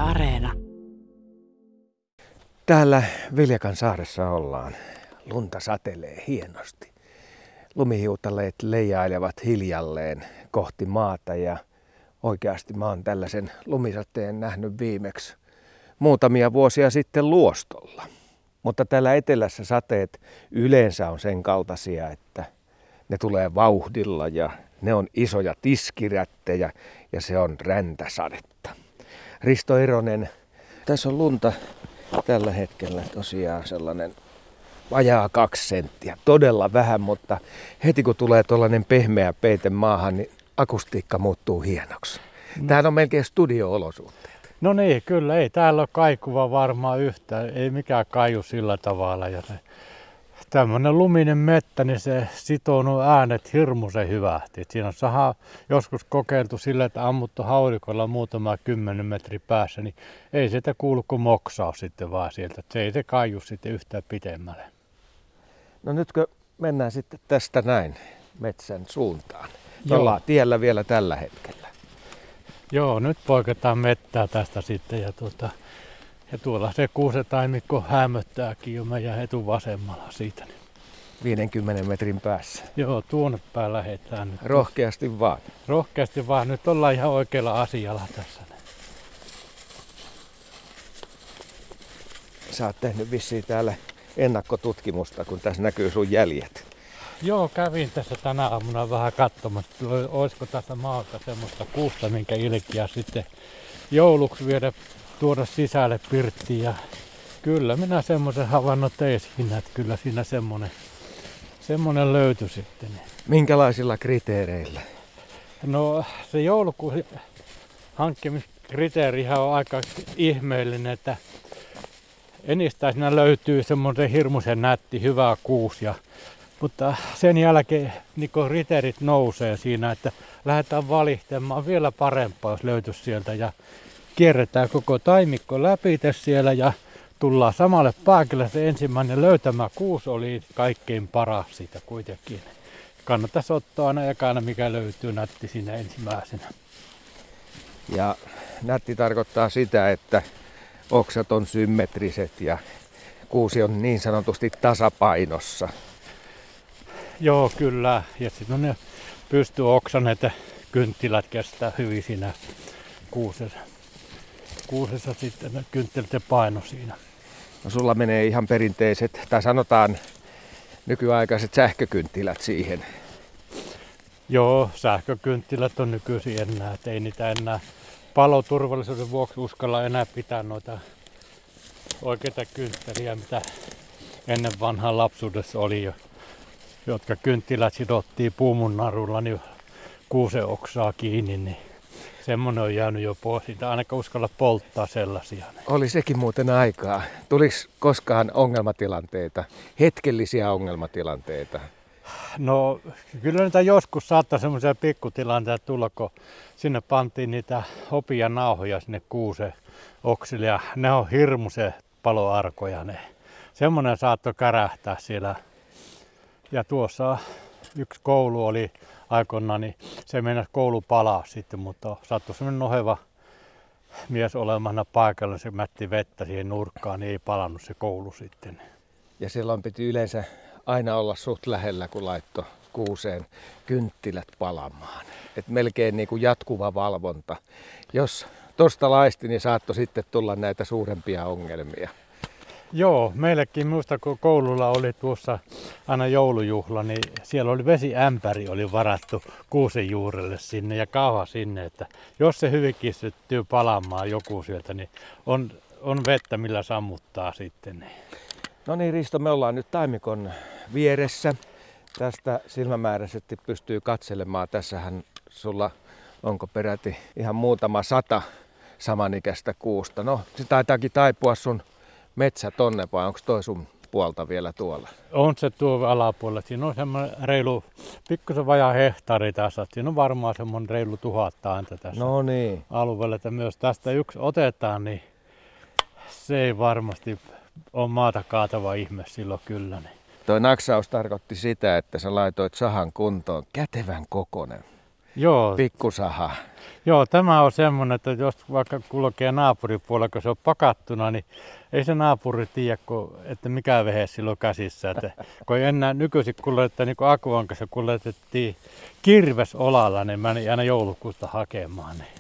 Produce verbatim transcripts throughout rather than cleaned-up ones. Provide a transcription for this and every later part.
Areena. Täällä Viljakan saaressa ollaan. Lunta satelee hienosti. Lumihiutaleet leijailevat hiljalleen kohti maata ja oikeasti mä oon tällaisen lumisateen nähnyt viimeksi muutamia vuosia sitten Luostolla. Mutta täällä etelässä sateet yleensä on sen kaltaisia, että ne tulee vauhdilla ja ne on isoja tiskirättejä ja se on räntäsadetta. Risto Eronen, tässä on lunta tällä hetkellä tosiaan sellainen vajaa kaksi senttiä. Todella vähän, mutta heti kun tulee tuollainen pehmeä peite maahan, niin akustiikka muuttuu hienoksi. Tämähän on melkein studio-olosuhteet. No niin, kyllä ei. Täällä ole kaikuva varmaan yhtään. Ei mikään kaiju sillä tavalla. Ja se, tämmöinen luminen mettä, niin se sitoo nuo äänet hirmuisen hyvästi. Et siinä on saha joskus kokeiltu sillä, että ammuttu haulikolla muutama kymmenen metri päässä, niin ei sitä kuulu kuin moksaus sitten vaan sieltä. Se ei se kaiju sitten yhtään pitemmälle. No nytkö mennään sitten tästä näin metsän suuntaan? Me ollaan tiellä vielä tällä hetkellä. Joo, nyt poiketaan mettää tästä sitten ja, tuota, ja tuolla se kuusetaimikko hämöttääkin jo meidän etuvasemmalla siitä. viidenkymmenen metrin päässä. Joo, tuonne päin lähdetään nyt. Rohkeasti vaan. Rohkeasti vaan, nyt ollaan ihan oikealla asialla tässä. Sä oot tehnyt vissiin täällä ennakkotutkimusta, kun tässä näkyy sun jäljet. Joo, kävin tässä tänä aamuna vähän katsomassa, olisiko tässä maalta semmoista kuusta, minkä ilkeä sitten jouluksi viedä tuoda sisälle pirttiin. Ja kyllä minä semmoisen havainnon tein siinä, että kyllä siinä semmoinen, semmoinen löytyi sitten. Minkälaisilla kriteereillä? No se joulukuun hankkimiskriteerihän on aika ihmeellinen, että enistään siinä löytyy semmoinen hirmuisen nätti, hyvä kuusi. Ja mutta sen jälkeen niin kriteerit nousee siinä, että lähdetään valittamaan vielä parempaa, jos löytyisi sieltä. Ja kierretään koko taimikko läpi siellä ja tullaan samalle paikalle. Se ensimmäinen löytämä kuusi oli kaikkein paras siitä kuitenkin. Kannattaisi ottaa aina ekana, mikä löytyy nätti siinä ensimmäisenä. Ja nätti tarkoittaa sitä, että oksat on symmetriset ja kuusi on niin sanotusti tasapainossa. Joo, kyllä. Ja sitten ne pystyy oksaneet ja kynttilät kestää hyvin siinä kuusessa. Kuusessa sitten ne kynttilät paino siinä. No sulla menee ihan perinteiset, tai sanotaan nykyaikaiset sähkökynttilät siihen. Joo, sähkökynttilät on nykyisin enää, että ei niitä enää paloturvallisuuden vuoksi uskalla enää pitää noita oikeita kynttilöitä, mitä ennen vanhaan lapsuudessa oli jo. Jotka kynttilät sidottiin puumun narulla, niin kuusen oksaa kiinni, niin semmoinen on jäänyt jo pois. Siitä ainakaan uskalla polttaa sellaisia. Oli sekin muuten aikaa. Tuliko koskaan ongelmatilanteita, hetkellisiä ongelmatilanteita? No kyllä niitä joskus saattaa semmoisia pikkutilanteita tulla, kun sinne pantiin niitä hopia nauhoja sinne kuusen oksille ja ne on hirmuisen paloarkoja ne. Semmoinen saattoi kärähtää siellä. Ja tuossa yksi koulu oli aikoinaan, niin se meinasi koulu palaa sitten, mutta sattui semmoinen noheva mies olemana paikalla, se mätti vettä siihen nurkkaan, niin ei palannut se koulu sitten. Ja silloin piti yleensä aina olla suht lähellä, kun laittoi kuuseen kynttilät palamaan. Et melkein niin kuin jatkuva valvonta. Jos tosta laisti, niin saattoi sitten tulla näitä suurempia ongelmia. Joo, meillekin muista kun koululla oli tuossa aina joulujuhla, niin siellä oli vesiämpäri oli varattu kuusen juurelle sinne ja kauha sinne, että jos se hyvinkin syttyy palaamaan joku sieltä, niin on, on vettä millä sammuttaa sitten. No niin Risto, me ollaan nyt taimikon vieressä. Tästä silmämääräisesti pystyy katselemaan. Tässähän sulla onko peräti ihan muutama sata samanikäistä kuusta. No se taitaakin taipua sun metsä tonne, vai onko toi sun puolta vielä tuolla? On se tuo alapuolella. Siinä on semmoinen reilu, pikkusen vajaa hehtaari tässä. Siinä on varmaan semmoinen reilu tuhatta ääntä tässä no niin. alueella. Että myös tästä yksi otetaan, niin se ei varmasti ole maata kaatava ihme silloin kyllä. Niin. Toi naksaus tarkoitti sitä, että sä laitoit sahan kuntoon kätevän kokonen Joo, pikkusaha. joo, tämä on semmoinen, että jos vaikka kulkee naapuripuolella, kun se on pakattuna, niin ei se naapuri tiedä, kun, että mikä vehe sillä on käsissä. Että, kun ei enää nykyisin kuljettaa, niin kuin Akuan kanssa kuljetettiin kirvesolalla, niin meni aina joulukuusta hakemaan. Niin.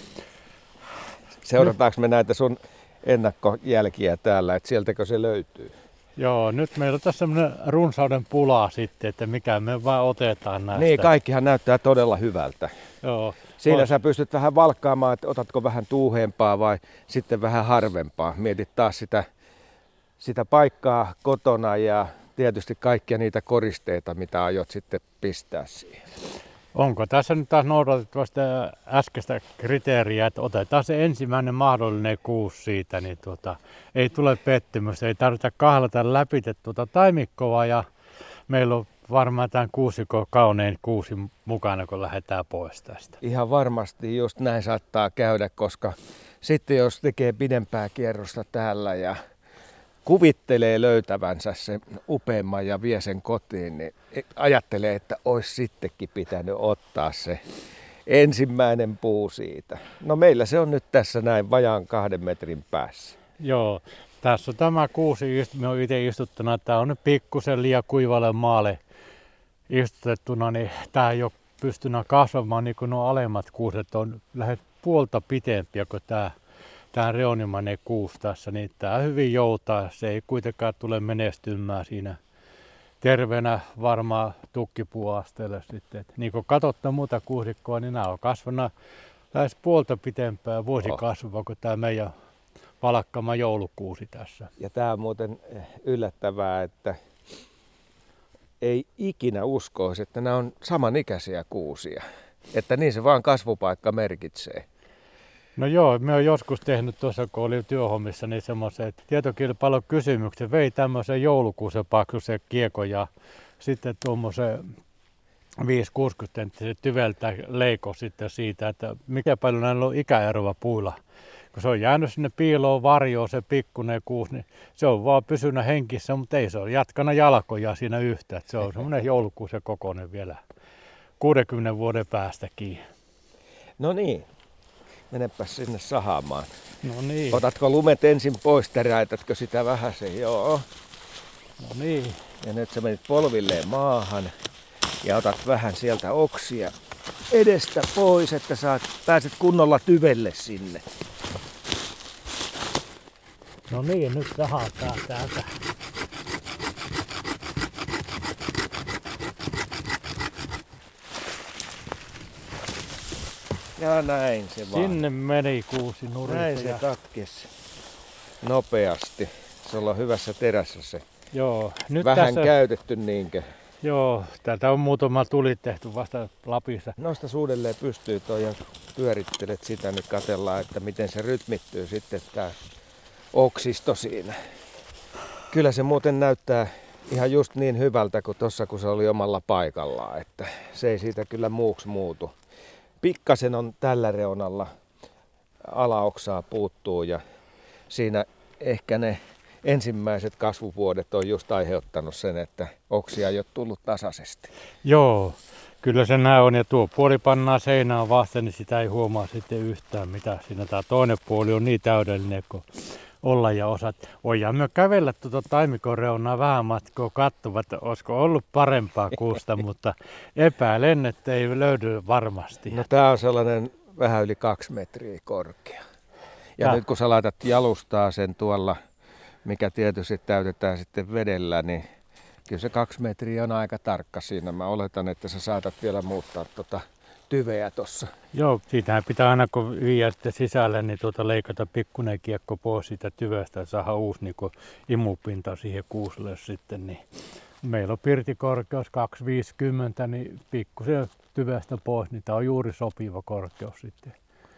Seurataanko me näitä sun ennakkojälkiä täällä, että sieltäkö se löytyy? Joo, nyt meillä on tässä semmoinen runsauden pula sitten, että mikä me vaan otetaan näistä. Niin, kaikkihan näyttää todella hyvältä. Joo. Siinä Ois... sä pystyt vähän valkkaamaan, että otatko vähän tuuheempaa vai sitten vähän harvempaa. Mietit taas sitä, sitä paikkaa kotona ja tietysti kaikkia niitä koristeita, mitä aiot sitten pistää siihen. Onko tässä nyt taas noudatettu sitä äskeistä kriteeriä, että otetaan se ensimmäinen mahdollinen kuusi siitä, niin tuota, ei tule pettymys, ei tarvitse kahlata läpi tuota taimikkoa ja meillä on varmaan tämän kuusikon kaunein kuusi mukana, kun lähdetään pois tästä. Ihan varmasti just näin saattaa käydä, koska sitten jos tekee pidempää kierrosta täällä ja kuvittelee löytävänsä sen upeamman ja vie sen kotiin, niin ajattelee, että olisi sittenkin pitänyt ottaa se ensimmäinen puu siitä. No meillä se on nyt tässä näin vajaan kahden metrin päässä. Joo, tässä on tämä kuusi, me on itse istuttuna, tämä on nyt pikkusen liian kuivalle maalle istutettuna, niin tämä ei ole pystynyt kasvamaan niin kuin nuo alemmat kuuset on lähes puolta pitempiä kuin tämä. Tämä reunimainen kuusi tässä, niin tämä hyvin joutaa. Se ei kuitenkaan tule menestymään siinä terveenä varmaan tukkipuuasteelle sitten. Et niin kun katsotte muuta kuusikkoa, niin nämä on kasvanut lähes puolta pitempää vuosikasvua kuin tämä meidän valkkama joulukuusi tässä. Ja tämä on muuten yllättävää, että ei ikinä uskoisi, että nämä on samanikäisiä kuusia. Että niin se vaan kasvupaikka merkitsee. No joo, me on joskus tehnyt tuossa, kun oli työhommissa, niin semmoisen tietokilpailun kysymyksen. Vei tämmöisen joulukuusen paksuisen kiekon ja sitten tuommoisen viisi kuusikymmentä senttisen tyveltä leiko sitten siitä, että mikä paljon näillä on ikäeroa puilla. Kun se on jäänyt sinne piiloon varjoon se pikkuinen kuusi, niin se on vaan pysynyt henkissä, mutta ei se ole jatkana jalkoja siinä yhtä. Että se on semmoinen joulukuusen kokoinen vielä kuudenkymmenen vuoden päästäkin. No niin. Menepäs sinne sahaamaan. No niin. Otatko lumet ensin pois, teräitätkö sitä vähäsen? Joo. No niin. Ja nyt sä menit polvilleen maahan ja otat vähän sieltä oksia edestä pois, että saat, pääset kunnolla tyvelle sinne. No niin, nyt sahataan täältä. Ja näin se vaan. Sinne meni kuusi nurin. Näin se katkesi nopeasti. Se ollaan hyvässä terässä se. Joo, nyt vähän tässä... käytetty niinkö? Joo, täältä on muutama tuli tehty vasta Lapissa. Nosta suudelleen pystyy toi ja pyörittelet sitä, niin katsellaan, että miten se rytmittyy sitten tää oksisto siinä. Kyllä se muuten näyttää ihan just niin hyvältä kuin tossa, kun se oli omalla paikallaan, että se ei siitä kyllä muuksi muutu. Pikkasen on tällä reunalla alaoksaa puuttuu ja siinä ehkä ne ensimmäiset kasvuvuodet on just aiheuttanut sen, että oksia ei ole tullut tasaisesti. Joo, kyllä se näin on ja tuo puoli pannaan seinään vasten, niin sitä ei huomaa sitten yhtään mitä. Siinä tämä toinen puoli on niin täydellinen kuin olla ja osat. Voidaan myös kävellä tuota taimikon reunaa vähän matkoa katsomaan, että olisiko ollut parempaa kuusta, mutta epäilen, että ei löydy varmasti. No tää on sellainen vähän yli kaksi metriä korkea. Ja Tää. Nyt kun sä laitat jalustaa sen tuolla, mikä tietysti täytetään sitten vedellä, niin kyllä se kaksi metriä on aika tarkka siinä. Mä oletan, että sä saatat vielä muuttaa tota tyveä tossa. Joo, siitähän pitää aina kun viiä sitten sisälle, niin tuota leikata pikkuinen kiekko pois siitä tyvestä ja saada uusi niin imupinta siihen kuuselle sitten. Niin meillä on pirtikorkeus kaksi viisikymmentä, niin pikkusen tyvestä pois, niin tämä on juuri sopiva korkeus sitten.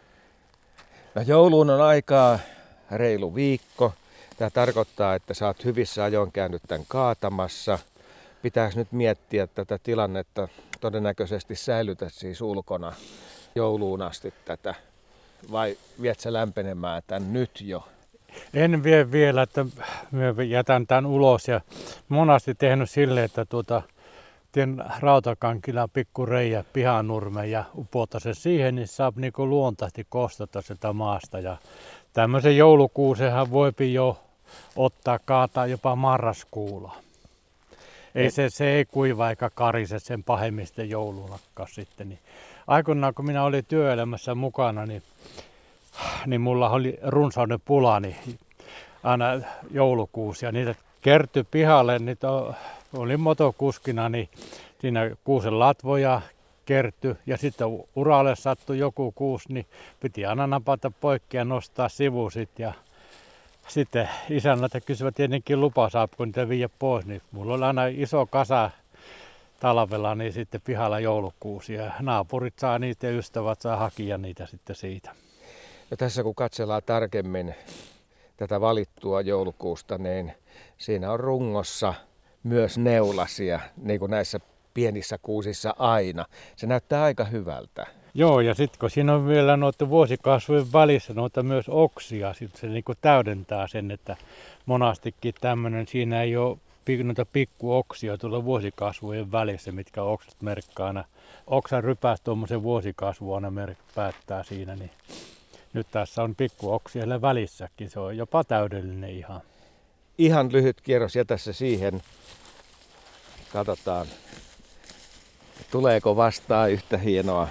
No jouluun on aikaa reilu viikko. Tämä tarkoittaa, että sä oot hyvissä ajoin käynyt tämän kaatamassa. Pitääkö nyt miettiä tätä tilannetta? Todennäköisesti säilytät siis ulkona jouluun asti tätä, vai viet sä lämpenemään tämän nyt jo? En vie vielä, että mä jätän tämän ulos ja monasti tehnyt silleen, että tuota, tehtiin rautakankilla pikku reijä pihanurmeen ja upota se siihen, niin saa niinku luontaisesti kostata sitä maasta. Ja tämmöisen joulukuusenhan voipi jo ottaa kaataa jopa marraskuulla. Ei se, se ei kuiva eikä karise sen pahemmin sitten joulunakaan sitten. Niin aikoinaan kun minä olin työelämässä mukana, niin, niin mulla oli runsauden pula niin aina joulukuusia. Niitä kertyi pihalle, niitä olin motokuskina, niin siinä kuusen latvoja kertyi ja sitten uralle sattui joku kuusi, niin piti aina napata poikki ja nostaa sivusit. Ja sitten isännät kysyivät tietenkin lupa, saapko niitä viedä pois, niin mulla oli aina iso kasa talvella niin sitten pihalla joulukuusia ja naapurit saa niitä ja ystävät saa hakia niitä sitten siitä. Ja tässä kun katsellaan tarkemmin tätä valittua joulukuusta, niin siinä on rungossa myös neulasia, niin kuin näissä pienissä kuusissa aina. Se näyttää aika hyvältä. Joo, ja sitten kun siinä on vielä noita vuosikasvujen välissä noita myös oksia, sitten se niinku täydentää sen, että monastikin tämmöinen, siinä ei ole noita pikkuoksia tuolla vuosikasvujen välissä, mitkä oksat merkkaa aina. Oksan rypäs tuommoisen vuosikasvu aina merk- päättää siinä, niin nyt tässä on pikkuoksia siellä välissäkin, se on jopa täydellinen ihan. Ihan lyhyt kierros jätässä siihen. Katsotaan, tuleeko vastaan yhtä hienoa.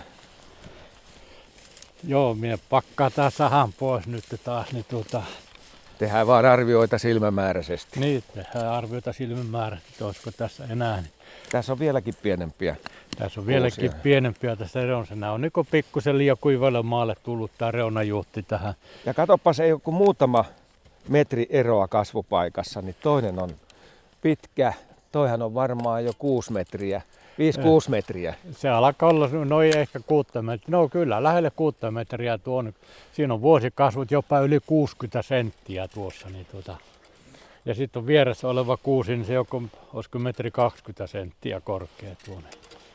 Joo, minä pakkaan taas sahan pois nyt taas. Niin tuota, tehdään vaan arvioita silmämääräisesti. niin, tehdään arvioita silmämääräisesti, olisiko tässä enää. Niin. Tässä on vieläkin pienempiä. Tässä on vieläkin kuusia. pienempiä tässä reunassa. Nämä on niin pikkusen liian kuivalle maalle tullut tämä reunajuhti tähän. Ja katsopas, ei ole kuin muutama metri eroa kasvupaikassa, niin toinen on pitkä. Toihan on varmaan jo kuusi metriä. viisi kuusi metriä. Se alkaa olla noin ehkä kuutta metriä. No kyllä, lähelle kuutta metriä tuon. Siinä on vuosikasvut jopa yli kuusikymmentä senttiä tuossa. Niin tuota. Ja sitten on vieressä oleva kuusi, niin se joko, olisiko metri kaksikymmentä senttiä korkea tuonne.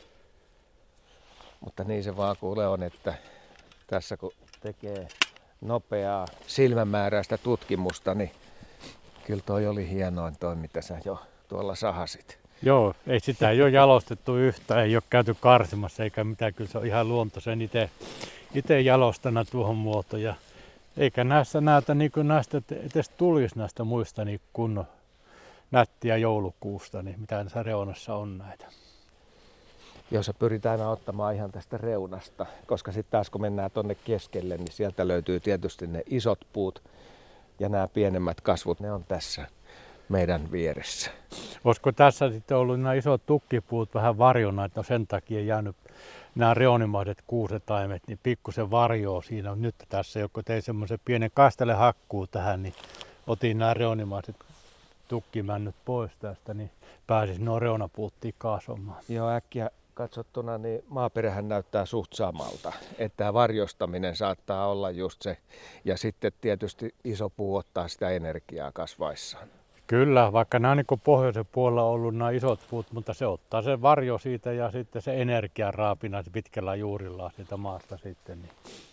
Mutta niin se vaan kuule on, että tässä kun tekee nopeaa silmämääräistä tutkimusta, niin kyllä toi oli hienoin toi, mitä sä jo tuolla sahasit. Joo, ei sitä ei ole jalostettu yhtään, ei ole käyty karsimassa eikä mitään, kyllä se on ihan luontoisen itse, itse jalostana tuohon muotoon. Ja eikä näissä näytä niin kuin näistä edes tulisi näistä muista niin kunnon nättiä joulukuusta, niin mitä näissä reunassa on näitä. Jossa pyritään aina ottamaan ihan tästä reunasta, koska sitten taas kun mennään tonne keskelle, niin sieltä löytyy tietysti ne isot puut ja nämä pienemmät kasvut, ne on tässä meidän vieressä. Olisiko tässä sitten ollut nämä isot tukkipuut vähän varjona, että on sen takia jäänyt nämä reunimaiset kuusetaimet, niin pikkusen varjoa siinä on nyt tässä, joku tein semmoisen pienen kastelehakkuu tähän, niin otin nämä reunimaiset tukkimännöt pois tästä, niin pääsis nuo reunapuuttiin kasvamaan. Joo, äkkiä katsottuna niin maaperähän näyttää suht samalta, että tämä varjostaminen saattaa olla just se, ja sitten tietysti iso puu ottaa sitä energiaa kasvaessaan. Kyllä, vaikka nämä on niin pohjoisen puolella ollut nämä isot puut, mutta se ottaa se varjo siitä ja sitten se energiaraapina pitkällä juurillaan siitä maasta sitten. Niin